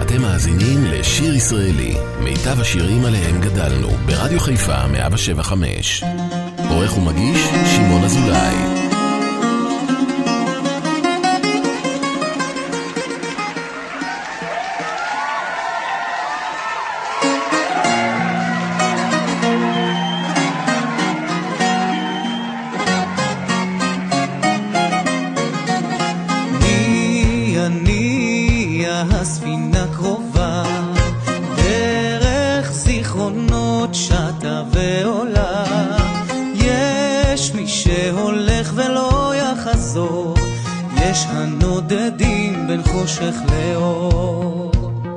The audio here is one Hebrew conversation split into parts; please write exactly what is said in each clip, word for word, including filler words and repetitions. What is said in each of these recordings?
אתם מאזינים לשיר ישראלי, מיטב השירים עליהם גדלנו, ברדיו חיפה מאה שבע חמש. עורך ומגיש שמעון אזולאי. חושך לאור,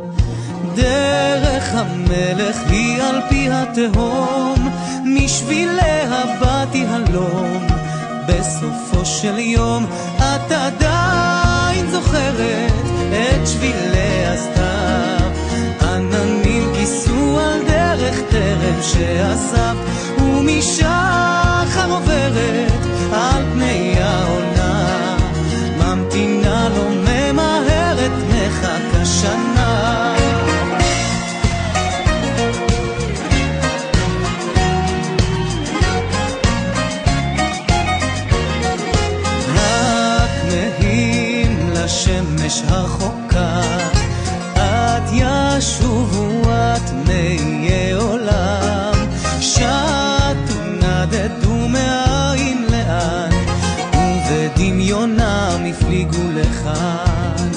דרך המלך היא על פי התהום, משביליה באתי הלום, בסופו של יום את עדיין זוכרת את שבילי הסתיו, עננים כיסו על דרך טרם שאסף, ומשחר עוברת על פני העונה, ממתינה לו ממהרת מחכה שנה. רק מהים לשמש הרחוקה, את ישובו את מי עולם, שטו נדדו מאין לאן, ובדמיונם הפליגו לכאן,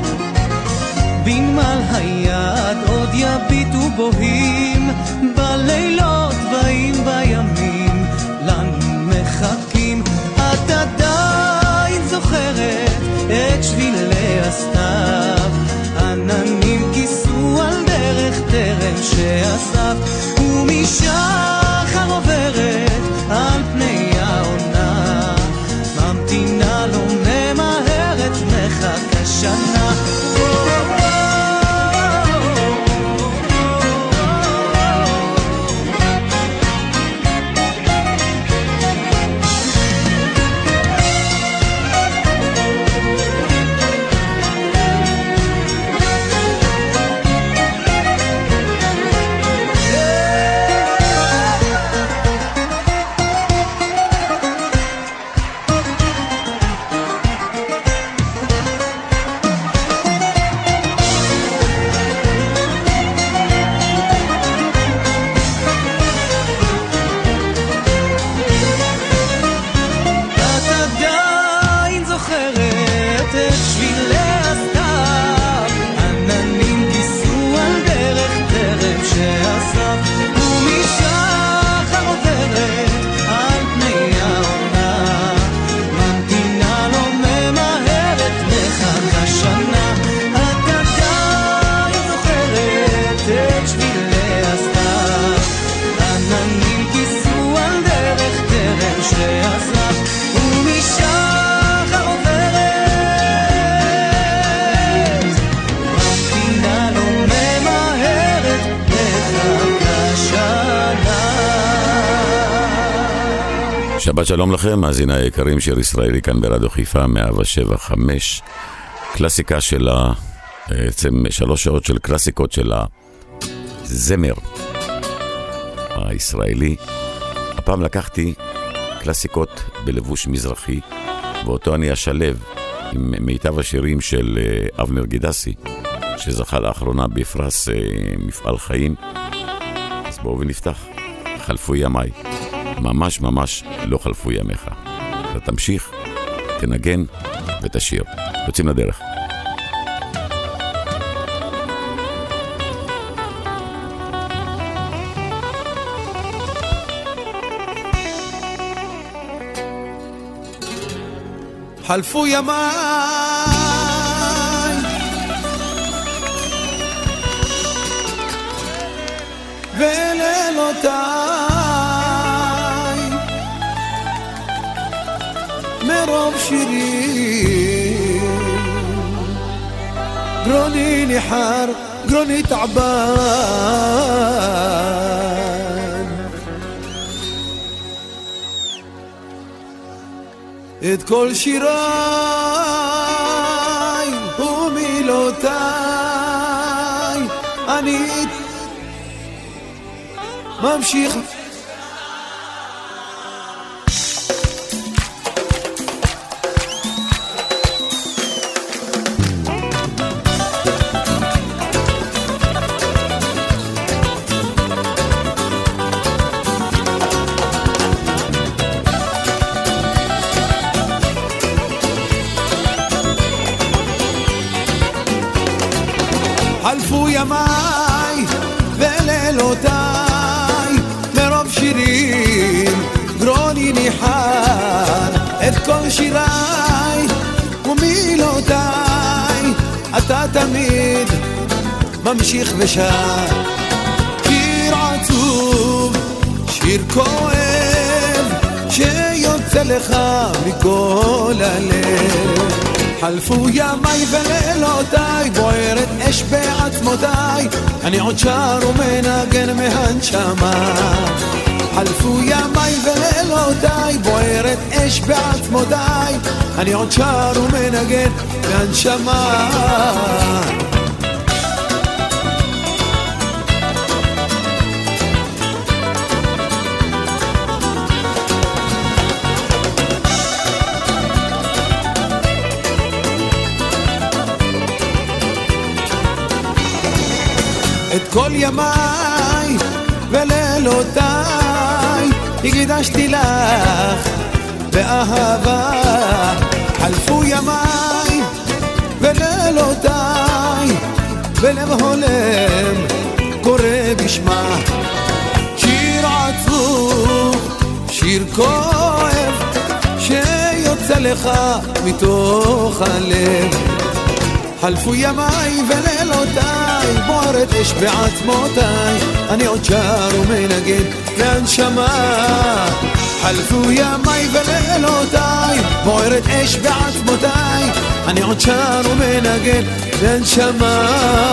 בנמל היד עוד יביטו בוהים, בלילות באים בימים לנו מחכים, את עדיין זוכרת את שבילי הסתיו, עננים כיסו על דרך טרם שאסף, ומשחר עוברת על פני העונה, ממתינה לו ממהרת מחכה שנה. שבת שלום לכם, מאזיני היקרים, שיר ישראלי כאן ברדיו חיפה מאה שבע חמש, קלאסיקה שלה, בעצם שלוש שעות של קלאסיקות של הזמר הישראלי. הפעם לקחתי קלאסיקות בלבוש מזרחי, ואותו אני אשלב עם מיטב השירים של אבנר גידסי, שזכה לאחרונה בפרס מפעל חיים. אז בואו ונפתח. חלפו ימיי, ממש ממש לא חלפו ימיך. אתה תמשיך, תנגן ותשיר. יוצאים לדרך. חלפו ימיי ולילותיי מרוב שירים, גרוני ניחר, גרוני תעבן, את כל שיריי ומילותיי אני ממשיך חלפו ימיי ולילותיי מרוב שירים גרוני ניחר את כל שיריי ומילותיי אתה תמיד ממשיך ושר שיר עצוב שיר כואב שיוצא לך מכל הלב חלפו ימיי ולילותיי בוערת אש בעצמותיי אני עוד שר ומנגן מהנשמה חלפו ימיי ולילותיי בוערת אש בעצמותיי אני עוד שר ומנגן מהנשמה את כל ימיי ולילותיי הקדשתי לך באהבה חלפו ימיי ולילותיי בלב הולם קורא בשמה שיר עצוב שיר כואב שיוצא לך מתוך הלב חלפו ימיי ולילותיי בוערת אש בעצמותיי אני עוד שר ומנגן מהנשמה חלפו ימיי ולילותיי בוערת אש בעצמותיי אני עוד שר ומנגן מהנשמה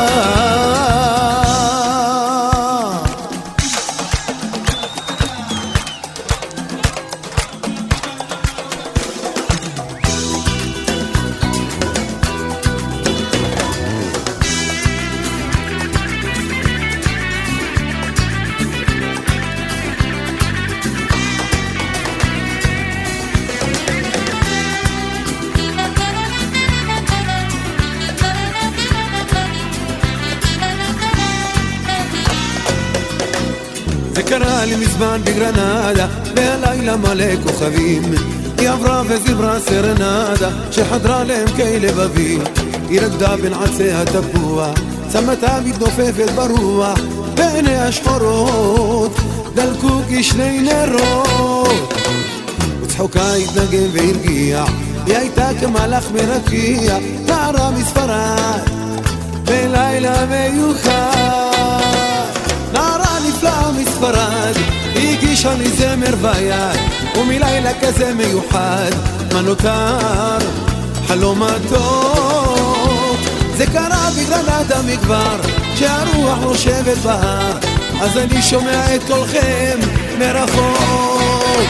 זה קרה לי מזמן בגרנדה והלילה מלא כוכבים היא עברה וזמרה סרנדה שחדרה להם כלבבי היא רקדה בין עצי התפוח צמתה מתנופפת ברוח בעיני השחורות דלקו כשני נרות וצחוקה התנגן והרגיע היא הייתה כמלאך מרקיע נערה מספרד בלילה מיוחד נערה נפלאה מספרד הגישה לי זמר ביד ומלילה כזה מיוחד מה נותר חלום הטוב זה קרה בגרנדה מכבר שהרוח נושבת בהר אז אני שומע את קולכם מרחוק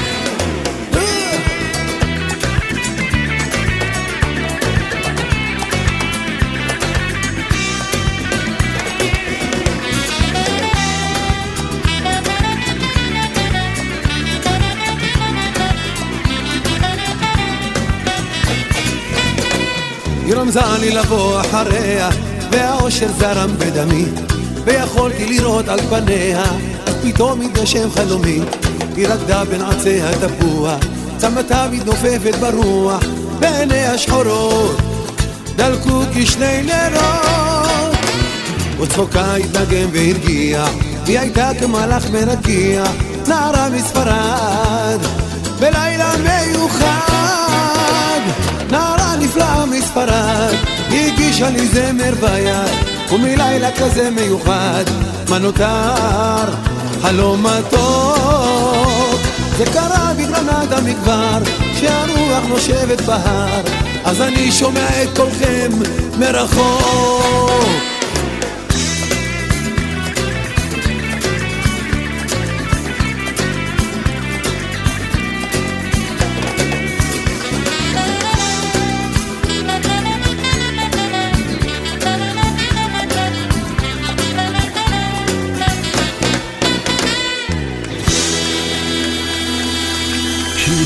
היא רמזה לי לבוא אחריה והאושר זרם בדמי ויכולתי לראות על פניה פתאום התגשם חלומי היא רקדה בין עצי התפוח צמתה מתנופפת ברוח בעיני השחורות דלקו כשני נרות וצחוקה התנגן והרגיע היא הייתה כמלאך מרקיע נערה מספרד בלילה מיוחד נערה נפלאה מספרד הגישה לי זמר ביד ומלילה כזה מיוחד מה נותר חלום מתוק זה קרה בגרנדה מכבר שהרוח נושבת בהר אז אני שומע את קולכם מרחוק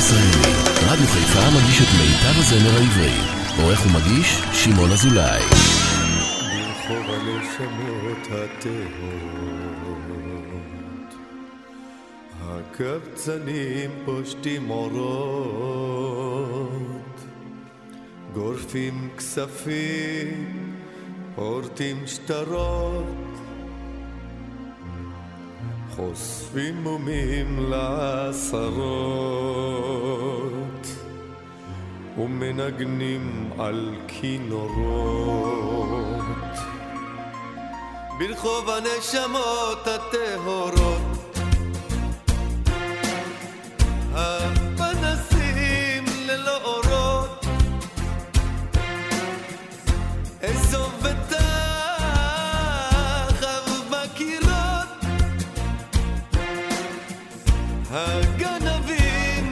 ישראלי, רדיו חיפה מגיש את מיטב הזמר העברי. עורך ומגיש שמעון אזולאי. ברחוב הנשמות הטהורות, הקבצנים פושטים אורות, גורפים כספים, פורטים שטרות, חושפים מומים לעשרות, ומנגנים על כינורות. ברחוב הנשמות הטהורות, הפנסים ללא אורות, אסוף ותחב בקירות, הגנבים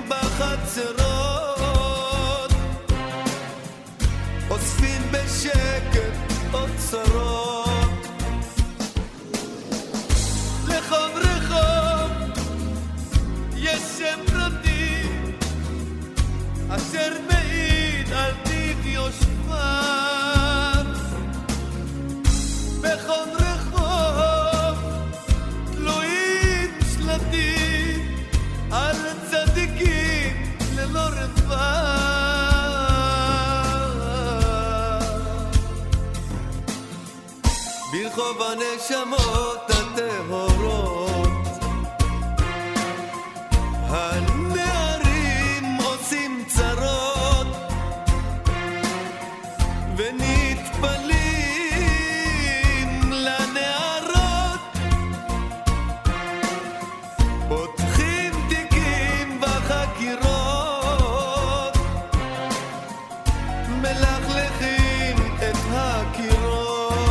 בחצרות, אוספים בשקט אוצרות. לכל רחוב יש שם פרטי אשר מעיד על טיב יושביו. בכל רחוב תלויים שלטים על צדיקים ללא רבב. ברחוב הנשמות הטהורות, הנערים עושים צרות ונטפלים לנערות, פותחים תיקים בחקירות, מלכלכים את הקירות.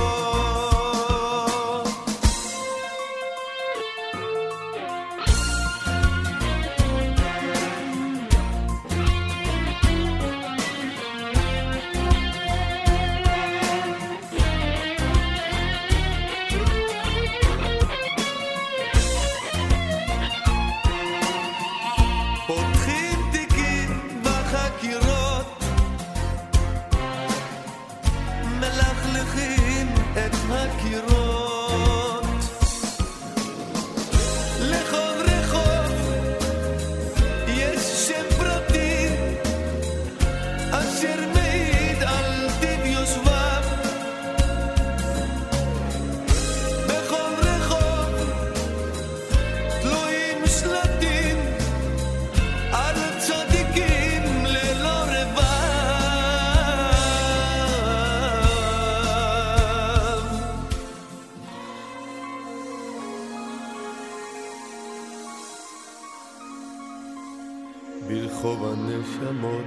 ברחוב הנשמות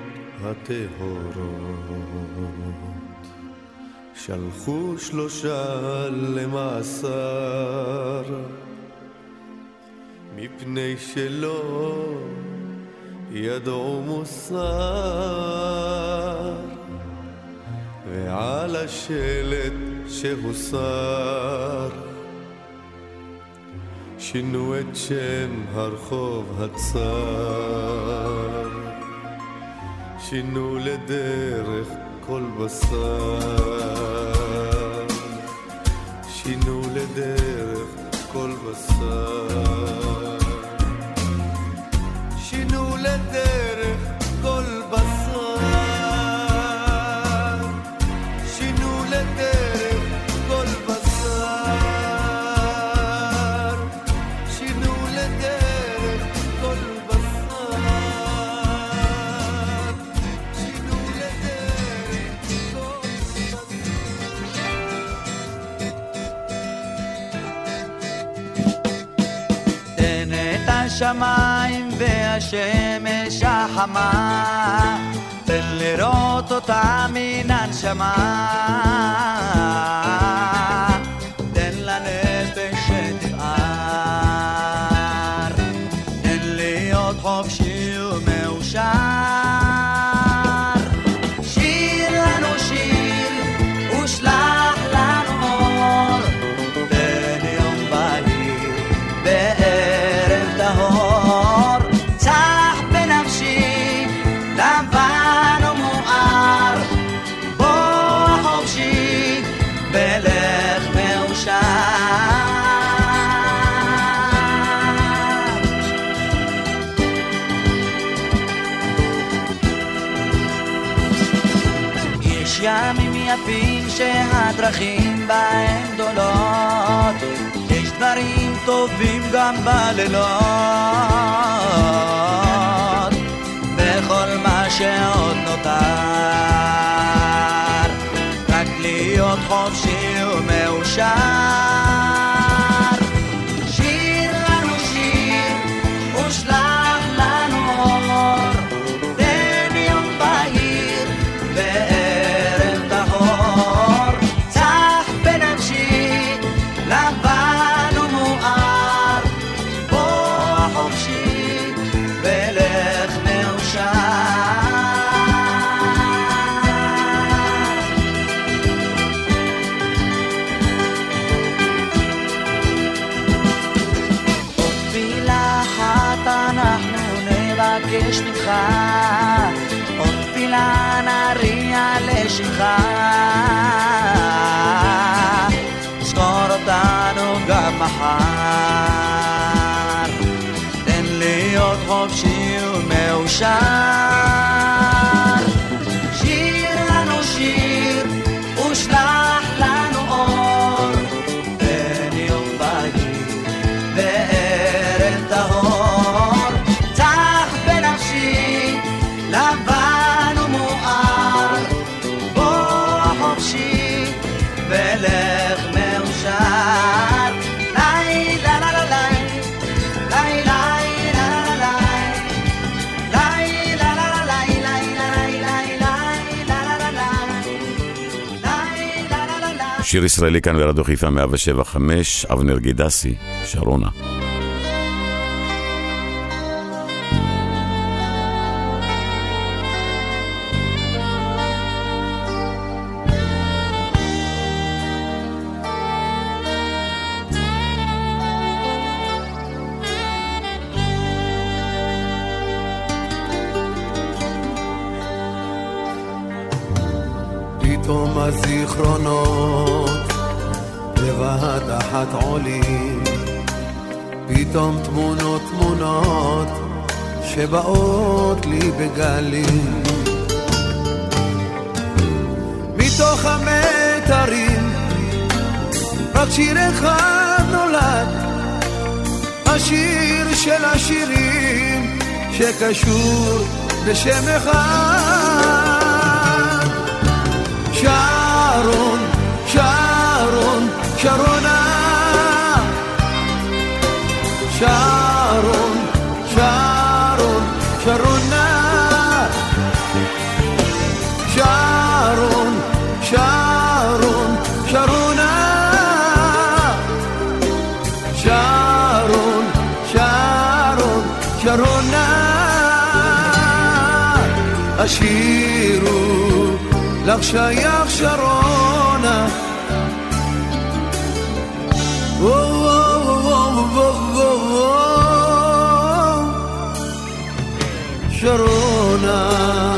הטהורות, שלחו שלושה למאסר, מפני שלא ידעו מוסר, ועל השלט שהוסר שינו את שם הרחוב הצר, שינו לדרך כל בשר, שינו לדרך כל בשר, שינו לדרך כל בשר, שינו לדרך כל בשר, שינו לדרך כל בשר, שינו לדרך כל בשר. תן את השמיים והשמש החמה, תן לראות אותה מן הנשמה, תן לנפש שתבער, תן להיות חופשי ומאושר. שיר לנו שיר ושלח לנו אור, תן יום בהיר בערב טהור, צח בנפשי שהדרכים בהן גדולות, יש דברים טובים גם בלילות, בכל מה שעוד נותר, רק להיות חופשי ומאושר. שיר לנו שיר ושלח לנו אור, תן יום בהיר וערב טהור, צח בנפשי לבן ומואר, בוא חופשי ולך מאושר. אנחנו נבקש ממך, עוד תפילה נריע לשמך, זכור אותנו גם מחר, תן להיות חופשי ומאושר. שיר לנו שיר ושלח לנו אור, תן יום בהיר וערב טהור, צח בנפשי לבן ומואר, בוא חופשי ולך מאושר. לי לה לה לה לי לי לי לה לה לי לה לה לי לי לי. שיר ישראלי כאן ברדיו חיפה מאה שבע חמש, אבנר גידסי, שרונה. פתאום הזיכרונות בבת אחת עולים, פתאום תמונות תמונות שבאות לי בגלים, מתוך המתרים רק שיר אחד נולד, השיר של השירים שקשור בשם אחד. שרון, שרון, שרונה, שרון, שרון, שרונה, שרון, שרון, שרונה, שרון, שרון, שרונה, השירו לך שייך שרונה, שרונה.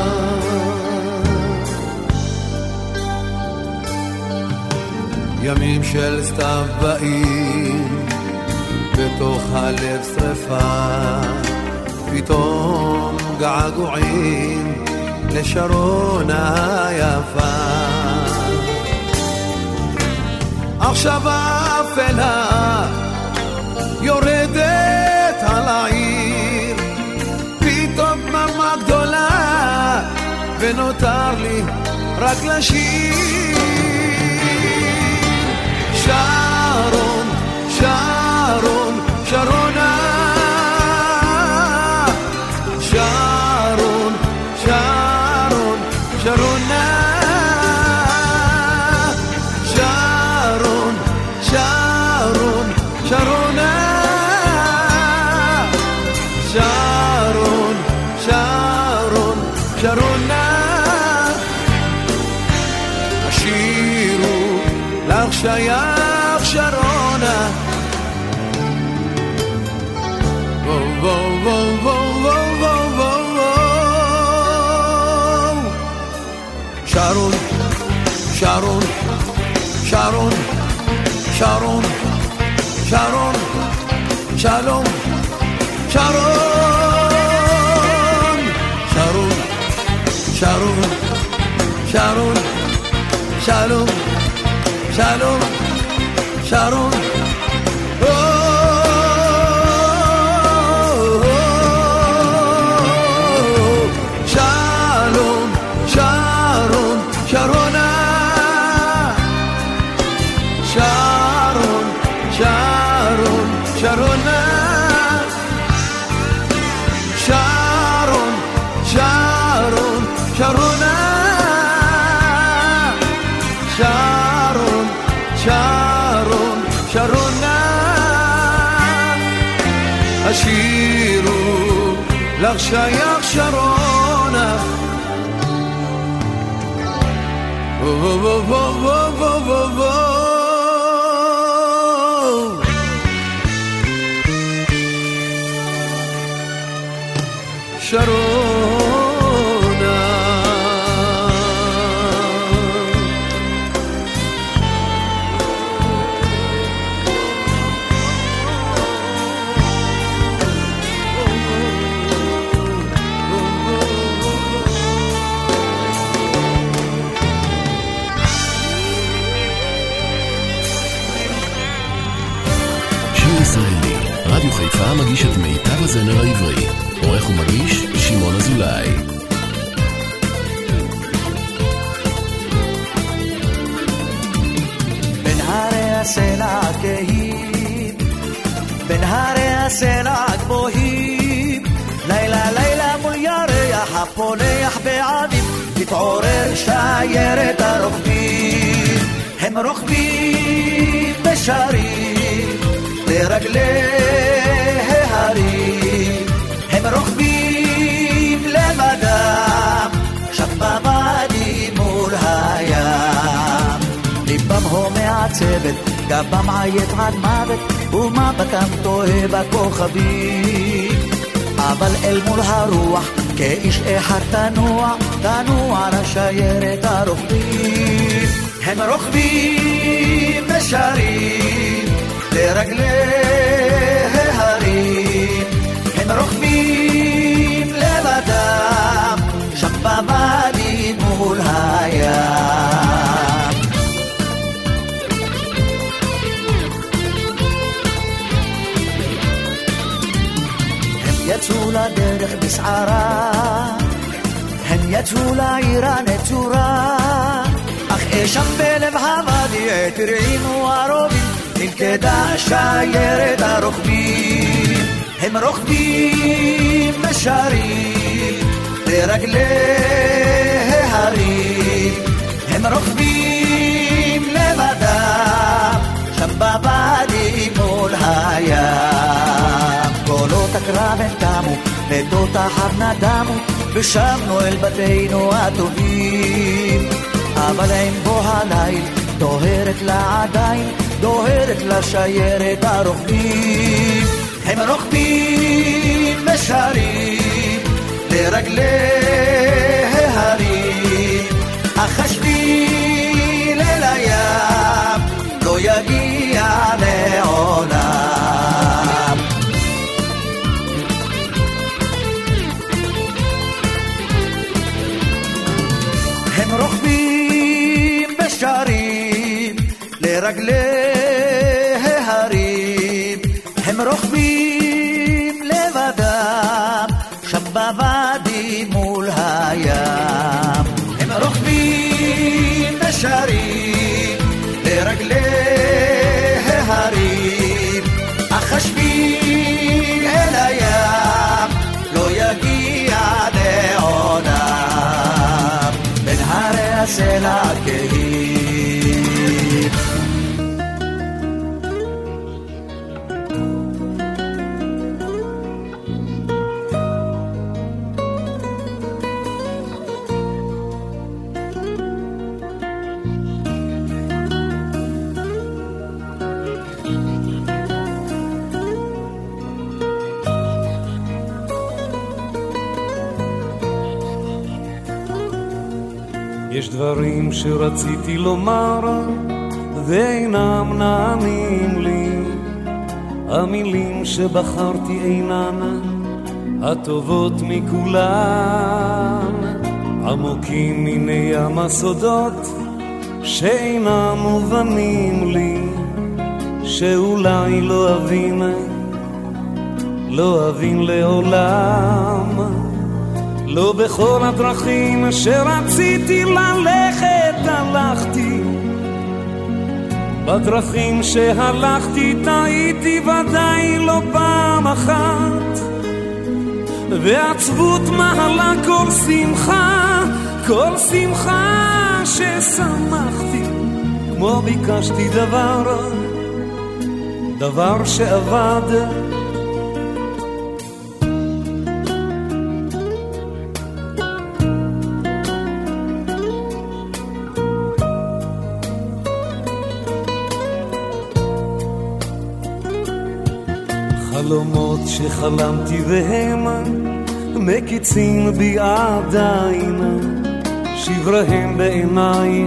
ימים של סתיו באים בתוך הלב שרפה, פתאום געגועים לשרונה יפה. עכשיו האפלה יורדת על העיר, פתאום דממה גדולה ונותר לי רק לשיר. שרון, שרון, שרונה, שרון, שרון, שרונה, שרון, שרון, שרונה, שרון, שרון, שרונה. השירו לך שייך שרונה, וו וו וו וו וו וו. שרון, שרון, שרון, שרון, שרון, שלום, שרון, שרון, שרון, שרון, שלום. שלום, שרון. שלום, שרון, שרונה. שרון, שרון, שרונה. שרון, שרון, שרונה. שרון, שרון, שרונה. השירו לך שייך שרונה. וו וו וו וו וו וו וו. שרונה. שיר ישראלי, רדיו חיפה מגיש את מיטב הזמר העברי. עורך ומגיש שמעון אזולאי. בין הרי הסלע כהים, בין הרי הסלע גבוהים, לילה לילה מול ירח הפולח בעדים, תתעורר שיירת הרוכבים. הם רוכבים בשרים לרגלי ההרים, הם רוכבים לבדם שם בוואדי מול הים. ליבם הומע צוות, גבם עייף עד מוות, ומבטם טועה בכוכבים. אבל אל מול הרוח כאיש אחד תנוע, תנוע לשיירת הרוכבים. הם רוכבים בשרים לרגלי ההרים, הם רוכבים לבדם שם בוואדי מול הים. הם יצאו לדרך בסערה, הם יצאו לעיר הנצורה, אך אשם בלב הוואדי התריעו הרובים, נלכדה שיירת הרוכבים. הם רוכבים בשרים לרגלי ההרים, הם רוכבים לבדם שם בוואדי מול הים. קולות הקרב הם תמו ותותחיו נדמו, ושבנו אל בתינו הטובים. אבל עם בוא הליל דוהרת לה עדיין, דוהרת לשיירת הרוכבים. הם רוכבים בשרים לרגלי ההרים, אך השביל אל הים לא יגיע לעולם. הם רוכבים בשרים לרגלי ההרים, הם רוכבים לבדם שם בוואדי מול הים. הם רוכבים בשרים לרגלי ההרים, אך השביל אל הים לא יגיע לעולם. בין הרי הסלע כהים. יש דברים שרציתי לומר ואינם נעמים לי, המילים שבחרתי אינן הטובות מכולן, עמוקים מיני ים הסודות שאינם מובנים לי, שאולי לא אבין, לא אבין לעולם. לא בכל הדרכים שרציתי ללכת הלכתי, בדרכים שהלכתי טעיתי ודאי לא פעם אחת, ועצבות מעלה כל שמחה, כל שמחה ששמחתי, כמו ביקשתי דבר, דבר שעבד. חלומות שחלמתי והם מקיצים בי עדיין, שבריהם בעיניי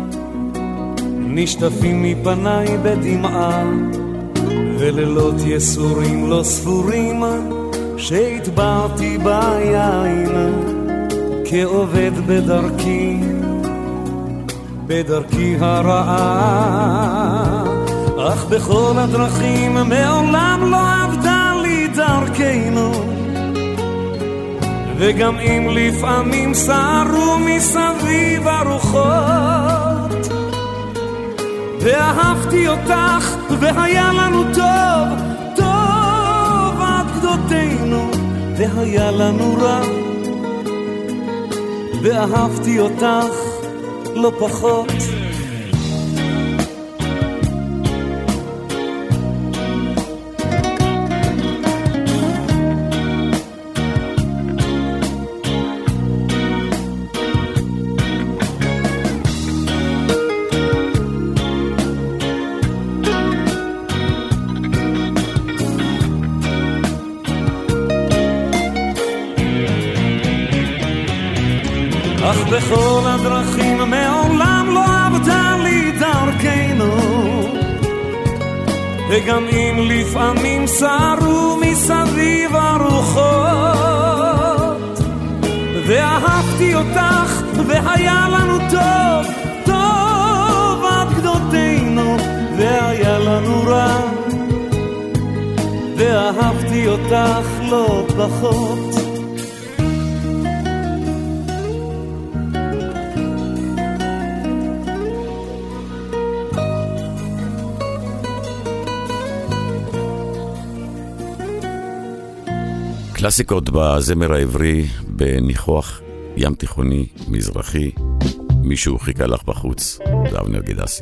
נשטפים מפניי בדמעה, ולילות יסורים לא ספורים שהטבעתי ביין, כעובד בדרכי, בדרכי הרעה. אך בכל הדרכים מעולם לא עבדה לי דרכנו, וגם אם לפעמים סערו מסביב הרוחות, ואהבתי אותך והיה לנו טוב, טוב עד גדותינו, והיה לנו רע, ואהבתי אותך לא פחות. בכל הדרכים מעולם לא עבדה לי דרכנו, וגם אם לפעמים סערו מסביב הרוחות, ואהבתי אותך והיה לנו טוב, טוב עד גדותינו, והיה לנו רע, ואהבתי אותך לא פחות. קלאסיקות בזמר העברי בניחוח ים תיכוני מזרחי, מישהו חיכה לך בחוץ, זה אבנר גידסי.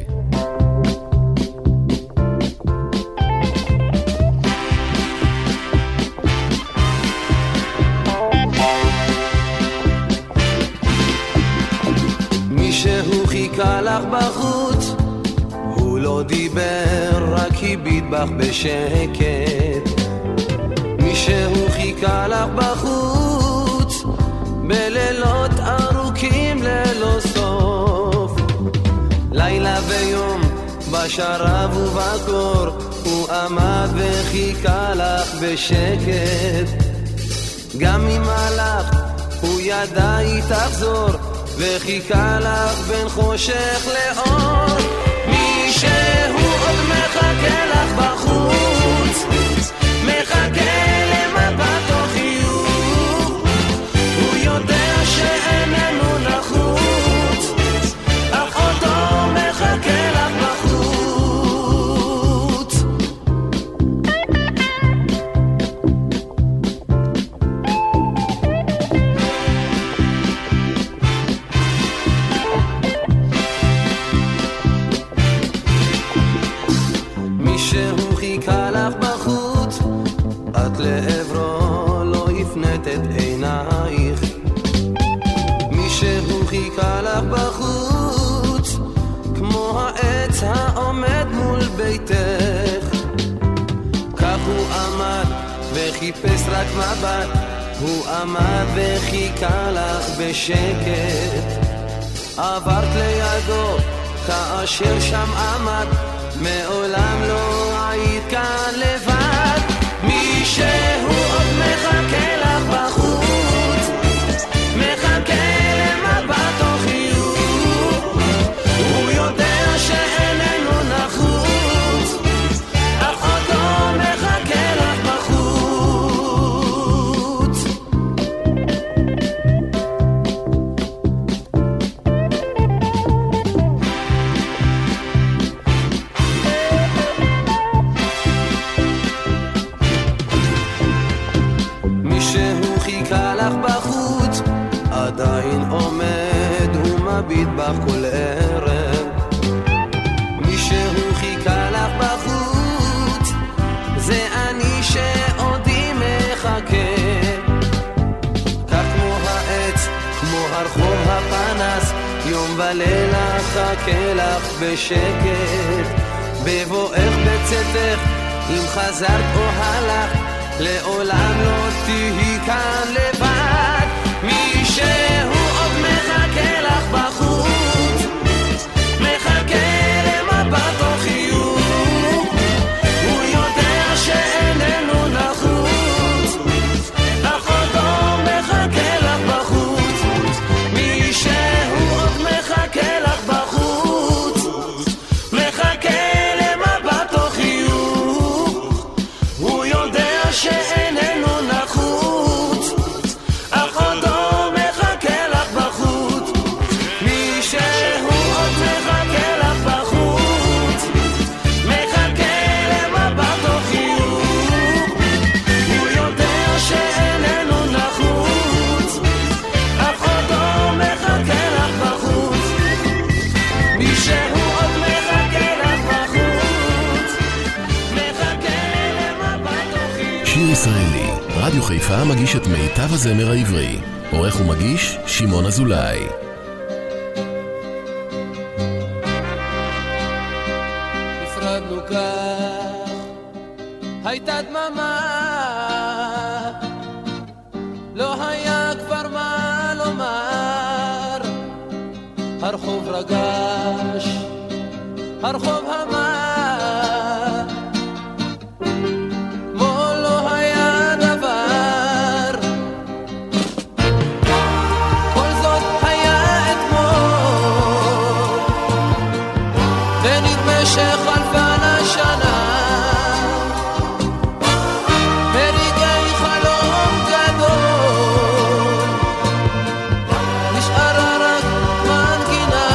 מישהו חיכה לך בחוץ, הוא לא דיבר, רק הביט בך בשקט. שהוא חיכה לך בחוץ בלילות ארוכים ללא סוף, לילה ויום בשרב ובקור, הוא עמד וחיכה לך בשקט. גם אם הלך הוא ידע היא תחזור, וחיכה לך בין חושך לאור. מישהו עוד מחכה לך בחוץ, מחכה למבט או חיוך, הוא יודע שאיננו נחוץ, אך אותו מחכה לך בחוץ. מישהו חיכה לך בחוץ, את לעברו לא הפנית את עינייך. מישהו חיכה לך בחוץ, כמו העץ העומד מול ביתך. כך הוא עמד וחיפש רק מבט, הוא עמד וחיכה לך בשקט. עברת לידו כאשר שם עמד, מעולם לא היית כאן לבד. מישהו עוד מחכה לך בחוץ, מחכה למבט או חיוך, הוא יודע בך כל ערב. מישהו חיכה לך בחוץ, זה אני שעודי מחכה. כך כמו העץ, כמו הרחוב הפנס, יום ולילה חכה לך בשקט. בבואך בצאתך, אם חזרת או הלכת, לעולם לא תהי כאן לבד. מישהו עוד מחכה לך בחוץ, מחכה למבט או חיוך, הוא יודע שאיננו נחוץ, אך עוד לא מחכה לך בחוץ. מישהו עוד מחכה לך בחוץ, מחכה למבט או חיוך, הוא יודע שאיננו נחוץ, אך עוד לא מחכה לך בחוץ. מישהו עוד מחכה לך בחוץ, מחכה למבט או חיוך, הוא יודע שאיננו נחוץ, אך עוד לא מחכה לך בחוץ. מישהו עוד מחכה לך בחוץ, מחכה למבט או חיוך. שיר ישראלי, רדיו חיפה מגיש את מיטב הזמר העברי. עורך ומגיש שמעון אזולאי. נפרדנו כך, הייתה דממה, לא היה כבר מה לומר. הרחוב רגש, הרחוב המר, מול לא היה דבר. כל זאת היה אתמול, ונדמה שחלפה לשנה. ברגעי חלום גדול, נשארה רק מנגינה.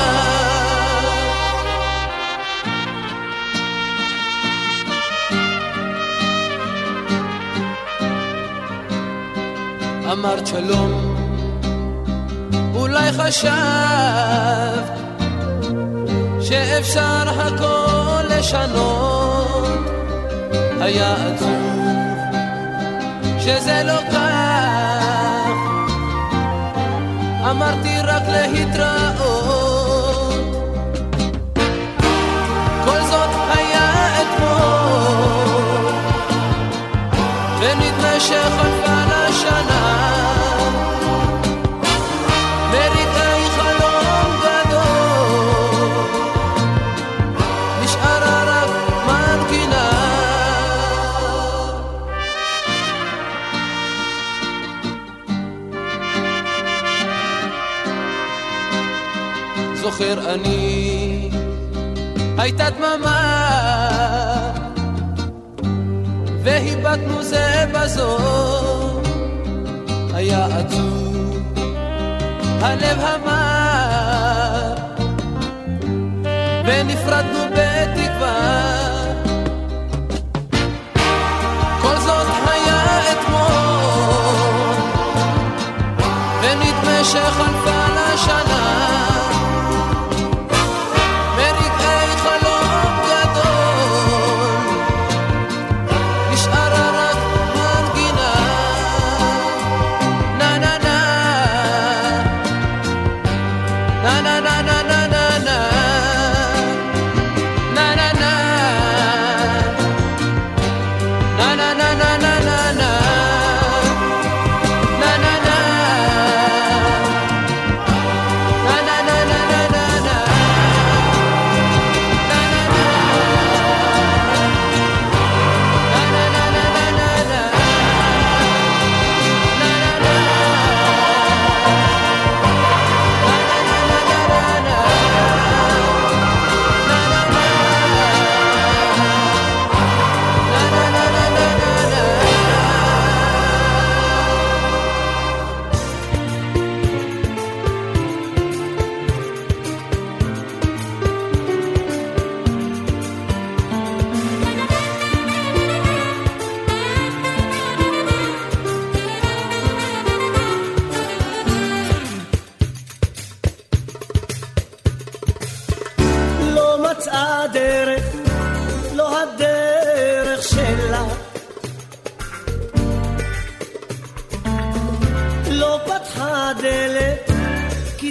אמרת שלום, אולי חשבת שאפשר הכל לשנות. היה עצוב שזה לא כך, אמרתי רק להתראות. כל זאת היה אתמול, ונדמה שחלפה לשנה. ברגעי חלום גדול, נשארה רק מנגינה. זוכר אני, הייתה דממה, והיבטנו זה בזו. היה עצוב, הלב המר, ונפרדנו בתקווה. כל זאת היה אתמול, ונדמה שחלפה לשנה. ברגעי חלום גדול, נשארה רק מנגינה. נה נה נה, נה נה נה נה נה נה, נה נה נה.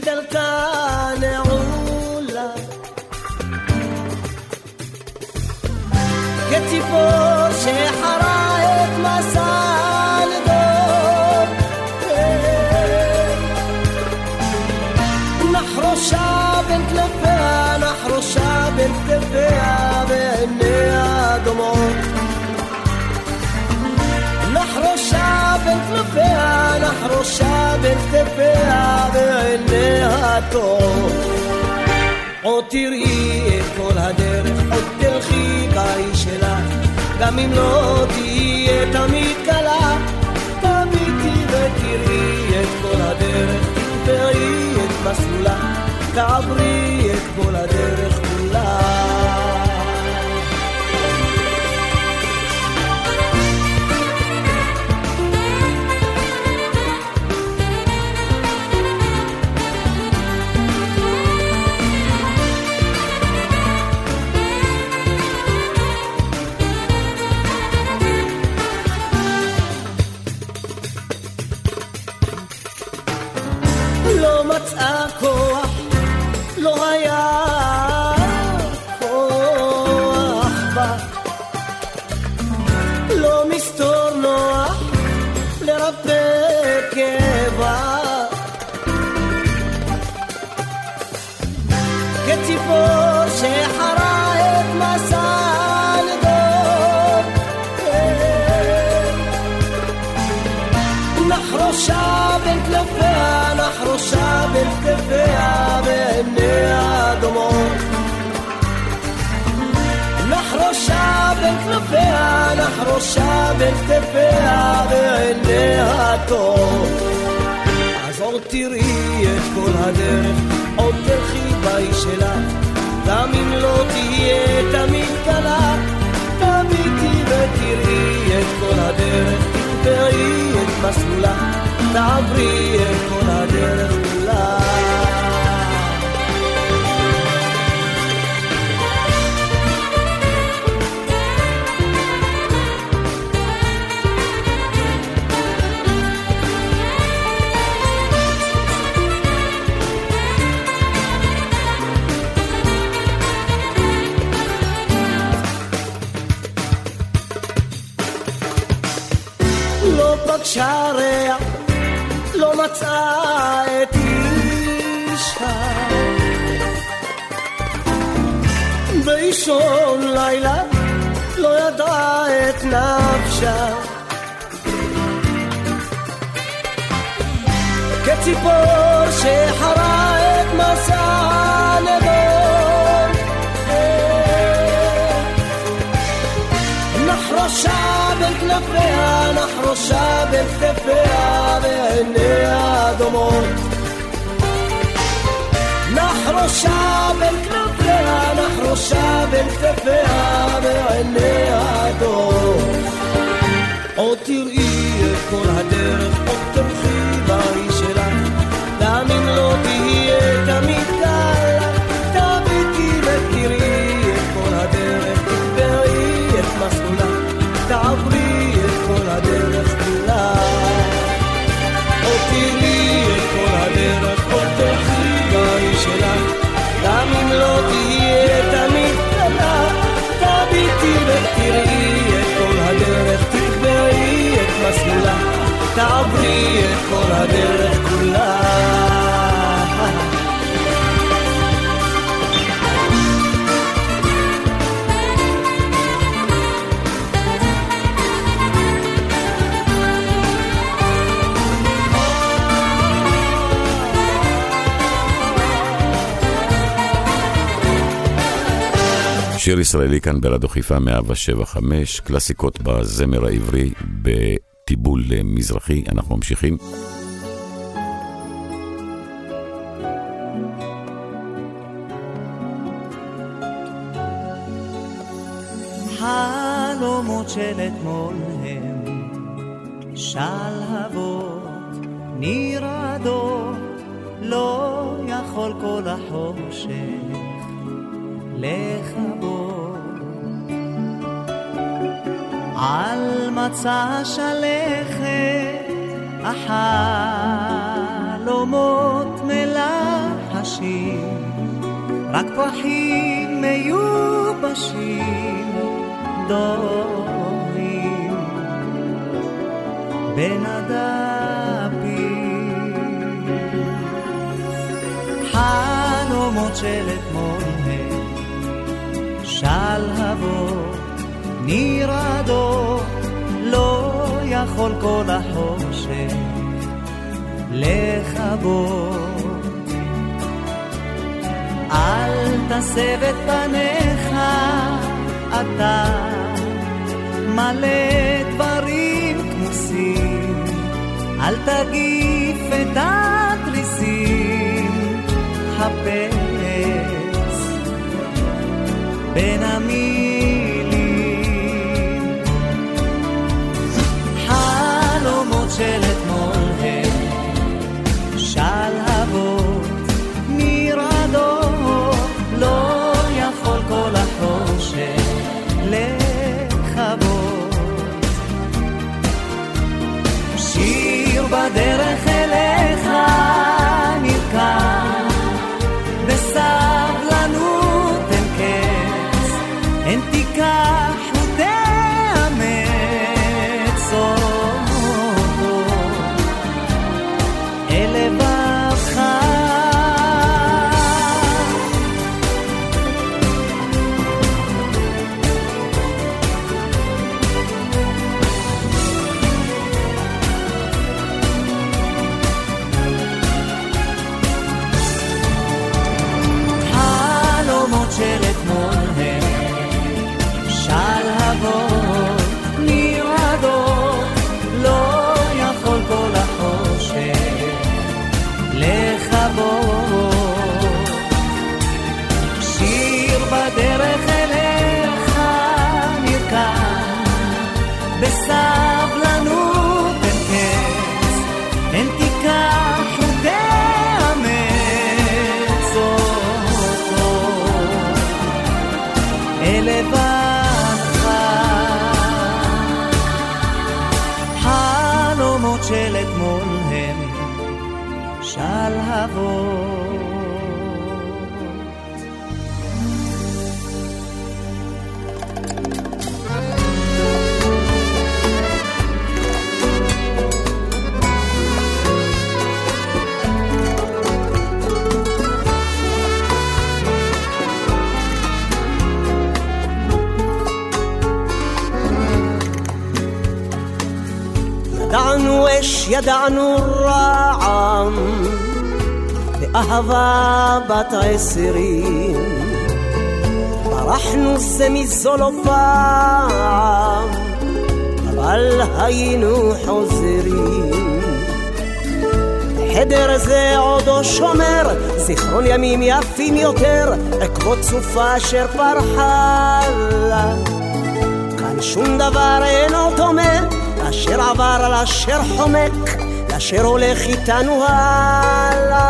דלתה נעולה כציפור שחרה את מסע לדור נחרושה בין כנפיה נחרושה בין כתפיה בעיניה דומות נחרושה בין כנפיה נחרושה בין כתפיה בעיניה טוב עוד תראי את כל הדרך עוד תלכי באי שלך גם אם לא תהיה תמיד קלה תמיתי ותראי את כל הדרך תקבעי את מסלולה תעברי את כל הדרך כולה לא מצאה כוח, לא היה כוח בה לא מסתור נוח לרפא כאבה כציפור שחרה את מסע לדור נחרושה בין כנפיה נחרושה בין כתפיה בעיניה דומות נחרושה בין כנפיה נחרושה בין כתפיה בעיניה טוב אז עוד תראי את כל הדרך עוד תלכי באי שלך גם אם לא תהיה תמיד קלה תביטי ותראי את כל הדרך תקבעי את מסלולה תעברי את כל הדרך כולה לא פגשה ריח לא מצאה את אישה באישון לילה לא ידעה את נפשה כציפור שחרה את מסע נדון נחרושה בין כנפיה נחרושה בין כתפיה בעיניה דומות נחרושה בין כנפיה נחרושה בין כתפיה בעיניה דומות עוד תראי את כל הדרך עוד תלכי באי שלך גם אם לא תהיה תמיד קלה תביטי ותראי את כל הדרך תקבעי את מסלולה תעברי את כל הדרך כולה עוד תראי את כל הדרך עוד תלכי באי שלך גם אם לא תהיה תמיד קלה תביטי ותראי את כל הדרך תקבעי את מסלולה תעברי את כל הדרך כולה שיר ישראלי כאן ברדיו חיפה מאה שבע חמש, קלאסיקות בזמר העברי בטיבול מזרחי. אנחנו ממשיכים. חלומות של אתמול הם שלהבות נרעדות, לא יכול כל החושך לכבות. על מצע שלכת החלומות מלאה חדשים, רק פרחים מיובשים דוהים בין הדפים. חלומות של אתמול הם שלהבות נרעדות, לא יכול כל החושך לכבות. אל תסב את פניך, אתה מלא דברים כמוסים, אל תגיף את התריסים, חפש בין המילים. חלומות של אתמול הם שלהבות נרעדות, לא יכול כל החושך לכבות. שיר בדרך אליך נרקם, בסבלנות אין קץ, אין תיקח ותאמץ אותו אל לבבך. של אתמול הם שלהבות נרעדות, לא יכול כל החושך לכבות. שיר בדרך אליך נרקם, בסבלנות אין קץ, אין תיקח ותאמץ אותו לבך. חלומות של אתמול הם שלהבות. ידענו אש, ידענו רעם, באהבה בת עשרים, ברחנו זה מזו לא פעם, אבל היינו חוזרים. חדר זה עודו שומר זיכרון ימים יפים יותר, עקבות סופה אשר פרחה לה. כאן שום דבר אינו דומה, אשר עבר לאשר חומק, לאשר הולך איתנו הלאה.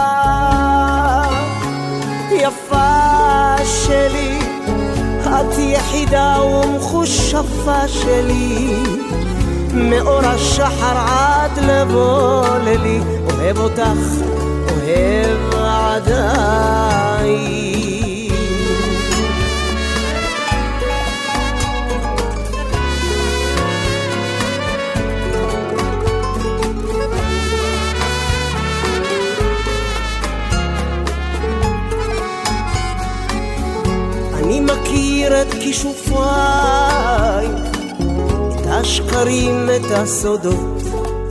יפה שלי, את יחידה ומחושפה שלי, מאור השחר עד לבוא לילי, אוהב אותך, אוהב עדיין. אני מכיר את כישופיי, את השקרים, את הסודות.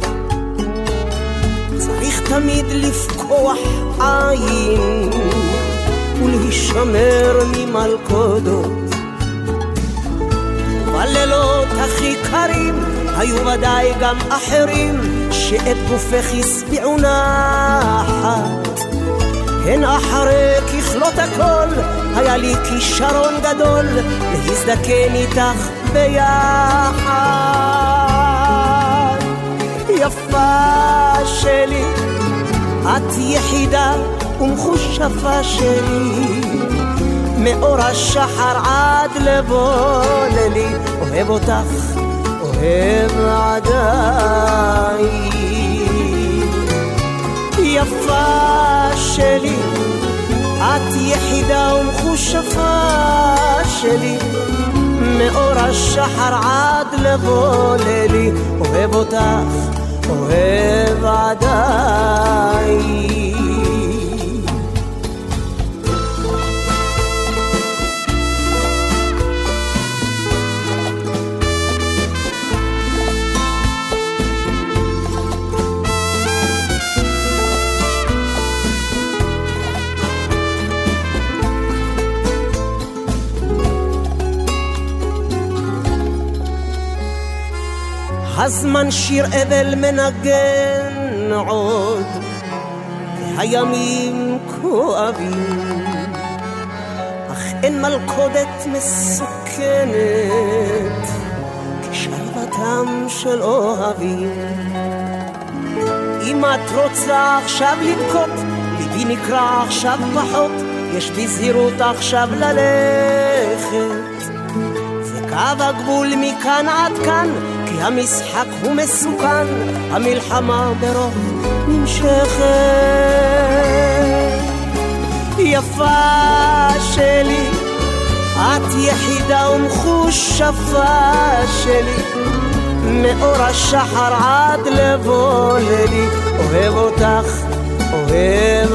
צריך תמיד לפקוח עין ולהישמר ממלכודות. בלילות הכי קרים היו ודאי גם אחרים, שאת גופך הסביעו נחת. הן אחרי ככלות הכל היה לי כישרון גדול להזדקן איתך ביחד. יפה שלי, את יחידה ומחושפה שלי, מאור השחר עד לבוא לילי, אוהב אותך, אוהב עדיין. יפה שלי, את יחידה ומחושפה שלי, מאור השחר עד לבוא לילי, אוהב אותך, אוהב עדיין. הזמן שיר אבל מנגן עוד, והימים כואבים, אך אין מלכודת מסוכנת כשלוותם של אוהבים. אם את רוצה עכשיו לבכות, ליבי נקרא עכשיו פחות, יש בי זהירות עכשיו ללכת, זה קו הגבול מכאן עד כאן, כי המשחק הוא מסוכן, המלחמה ברוב נמשכת. יפה שלי, את יחידה ומחושפה שלי, מאור השחר עד לבוא לילי, אוהב אותך, אוהב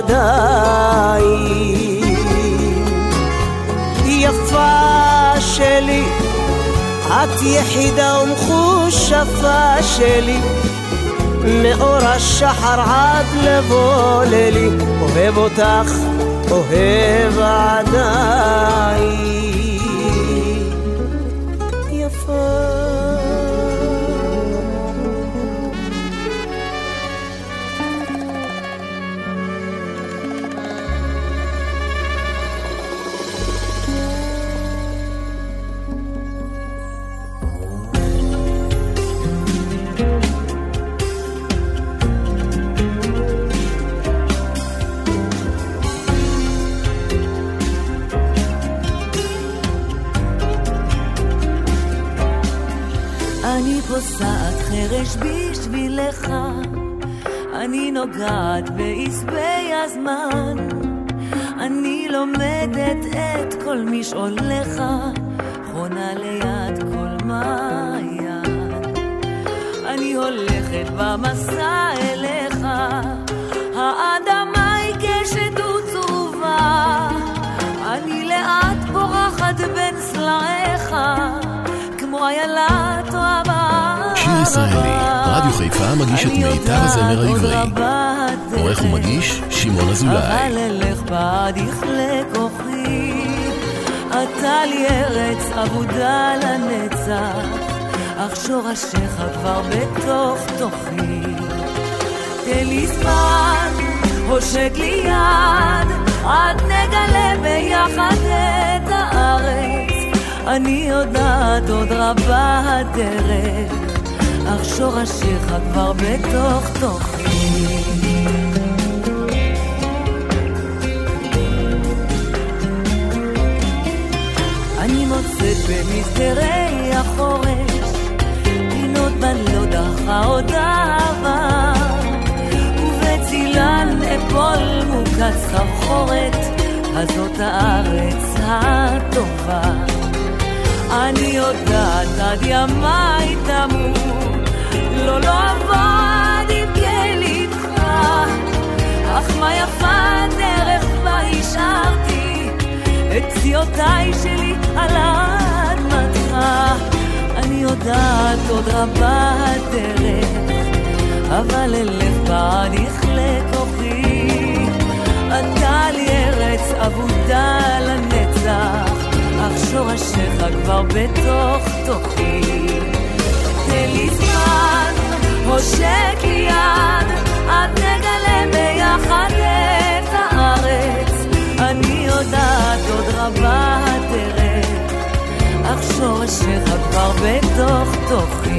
עדיין. יפה שלי, את יחידה ומחושפה שלי, מאור השחר עד לבוא לילי, אוהב אותך, אוהב עדיין. יפה אני פוסעת חרש בשבילך, אני נוגעת בעשבי הזמן, אני לומדת את כל משעולך, חונה ליד כל מעיין. אני הולכת במסע אליך, האדמה היא קשת וצרובה, אני לאט פורחת בין סלעיך, כמו איילת אוהבה. שיר ישראלי, רדיו חיפה מגיש את מיטב הזמר העברי. עורך ומגיש שמעון אזולאי. אבל אלך בעד יכלה כוחי, אתה לי ארץ אבודה לנצח, אך שורשיך כבר בתוך תוכי. תן לי זמן, הושט לי יד, עד נגלה ביחד את הארץ, אני יודעת עוד רבה הדרך, אך שורשיך כבר בתוך תוכי. אני מוצאת במסדרי החורש, פינות בן לא דחה עוד אהבה, ובצילן אפול מוקץ סחרחורת, הזאת הארץ הטובה. אני יודעת עד ימי תמות, לא לא עבוד עם כליתך, אך מה יפה דרך בה השארתי את ציותיי שלי על אדמתך. אני יודעת עוד רבה הדרך, אבל אלך בעד יכלה כוחי, אתה לי ארץ אבודה לנצח, אך שורשיך כבר בתוך תוכי. תן לי זמן, הושט לי יד, עד נגלה ביחד את הארץ, אני יודעת עוד רבה הדרך, אך שורשיך כבר בתוך תוכי.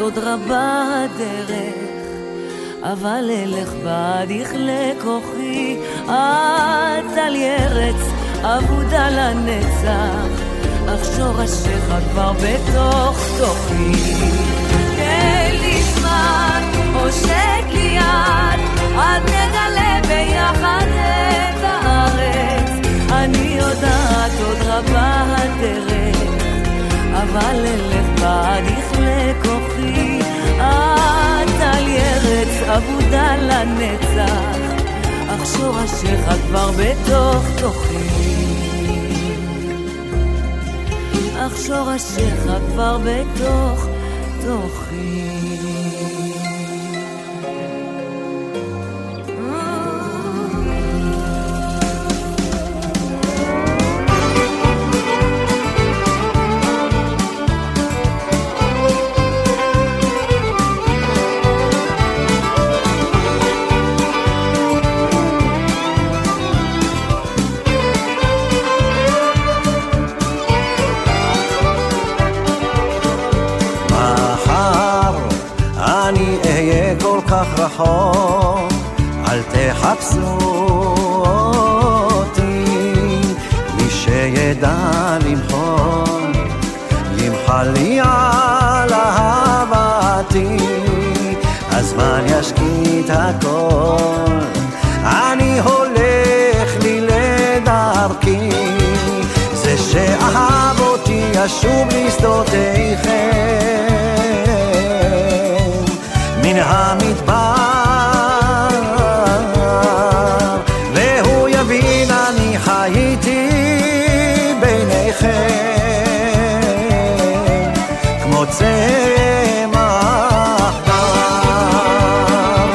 עוד רבה הדרך, אבל אלך בעדיך לכוחי, את על ירץ אבודה לנצח, אך שורשיך כבר בתוך תוכי. תן לי זמן, הושט לי יד, עד נגלה ביחד את הארץ. אני יודעת עוד רבה הדרך, אבל אלך בעדיך לכוחי, את על ירץ אבודה לנצח, אך שורשיך כבר בתוך תוכי, אך שורשיך כבר בתוך תוכי. רחוק, אל תחפשו אותי, מי שידע למחול, ימחל לי על אהבתי, הזמן ישקיט הכל, אני הולך לי לדרכי, זה שאהב אותי ישוב לשדותיכם, מן המדבר, והוא יבין אני חייתי ביניכם, כמו צמח דם.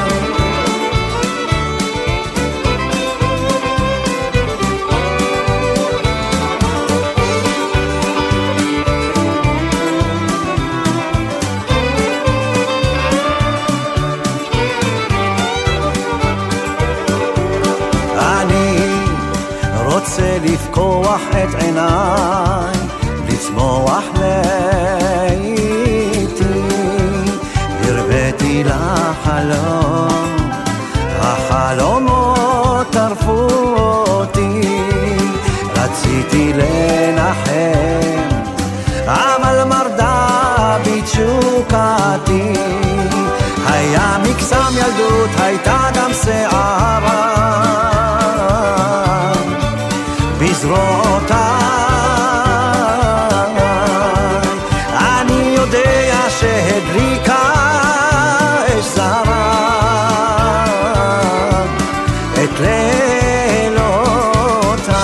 רוצה לפקוח את עיניי, לצמוח לאיתי, הרבאתי לחלום, החלומות טרפו אותי, רציתי לנחם, אבל מרדה בתשוקתי, היה מקסם ילדות, הייתה גם שערה, בזרועותיי, אני יודע שהדליקה אש זרה את לילותיי.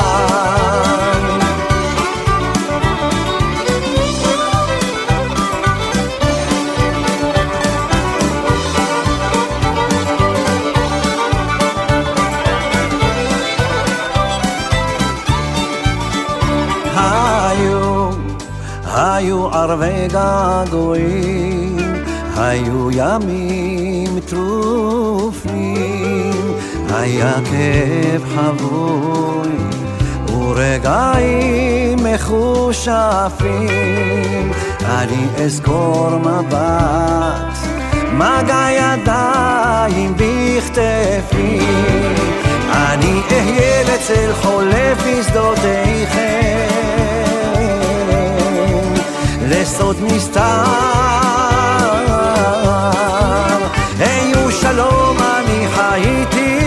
היו ערבי געגועים, היו ימים טרופים, היה כאב חבוי ורגעים מחושפים, אני אזכור מבט, מגע ידיים בכתפי, אני אהיה לצל חולף בשדותיכם, לסוד נסתר, היו שלום אני חייתי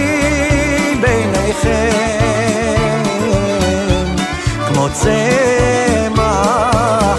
ביניכם, כמו צמח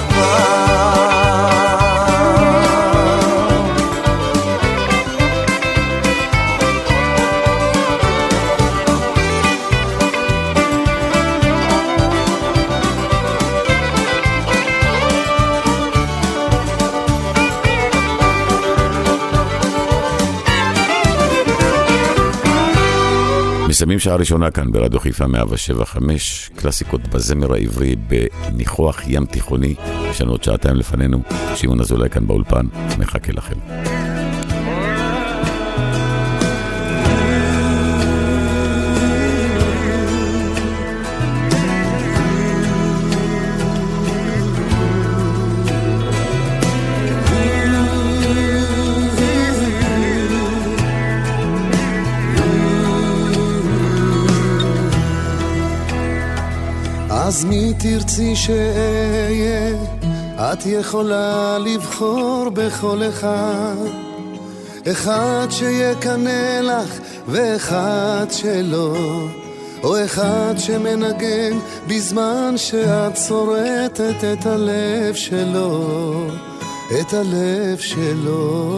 מסיימים שעה ראשונה כאן ברדיו חיפה מאה שבע חמש, קלאסיקות בזמר העברי בניחוח ים תיכוני. יש לנו עוד שעתיים לפנינו, שמעון אזולאי כאן באולפן, מחכה לכם. אז מי תרצי שאהיה? את יכולה לבחור בכל אחד, אחד שיקנה לך ואחד שלא, או אחד שמנגן בזמן שאת שורטת את הלב שלו, את הלב שלו.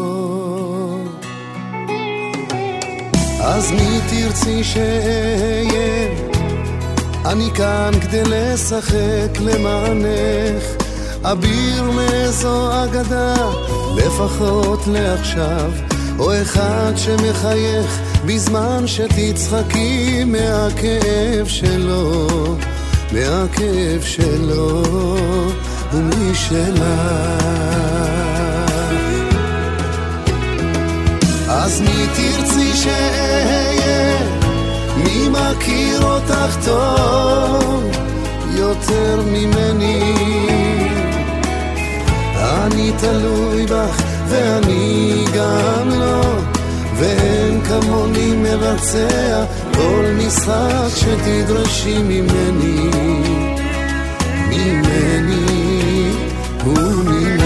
אז מי תרצי שאהיה? אני כאן כדי לשחק למענך, אביר מאיזו אגדה, לפחות לעכשיו, או אחד שמחייך בזמן שתצחקי מהכאב שלו, מהכאב שלו ומשלך. אז מי תרצי שאהיה? מי מכיר אותך טוב יותר ממני? אני תלוי בך ואני גם לא, ואין כמוני מבצע כל משחק שתדרשי ממני, ממני וממך.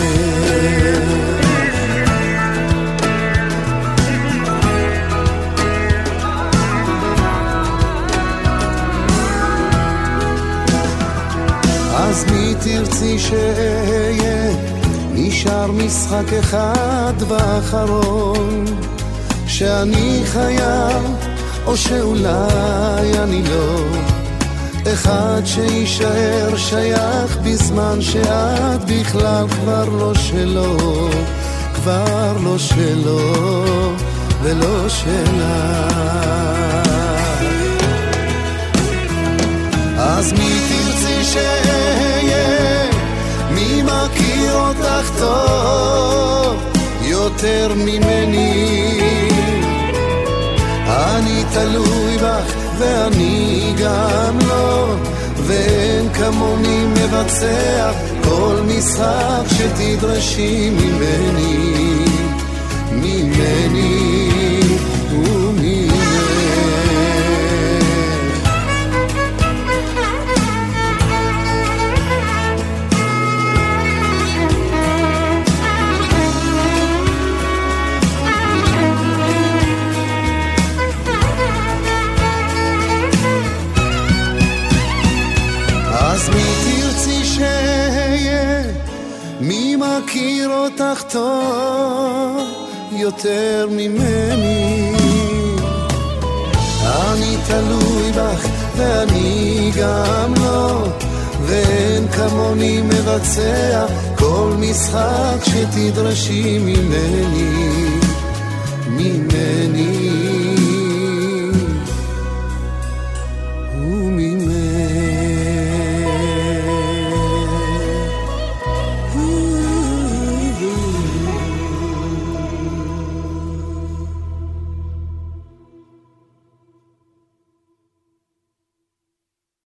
אז מי תרצי שאהיה? נשאר משחק אחד ואחרון, שאני חייב או שאולי אני לא, אחד שישאר שייך בזמן שאת בכלל כבר לא שלו, כבר לא שלו ולא שלך. אז מי תרצי שאהיה? מי מכיר אותך טוב יותר ממני? אני תלוי בך ואני גם לא, ואין כמוני מבצע כל משחק שתדרשי ממני, ממני וממך. אז מי תרצי שאהיה? מי מכיר אותך טוב יותר ממני? אני תלוי בך ואני גם לא, ואין כמוני מבצע כל משחק שתדרשי ממני, ממני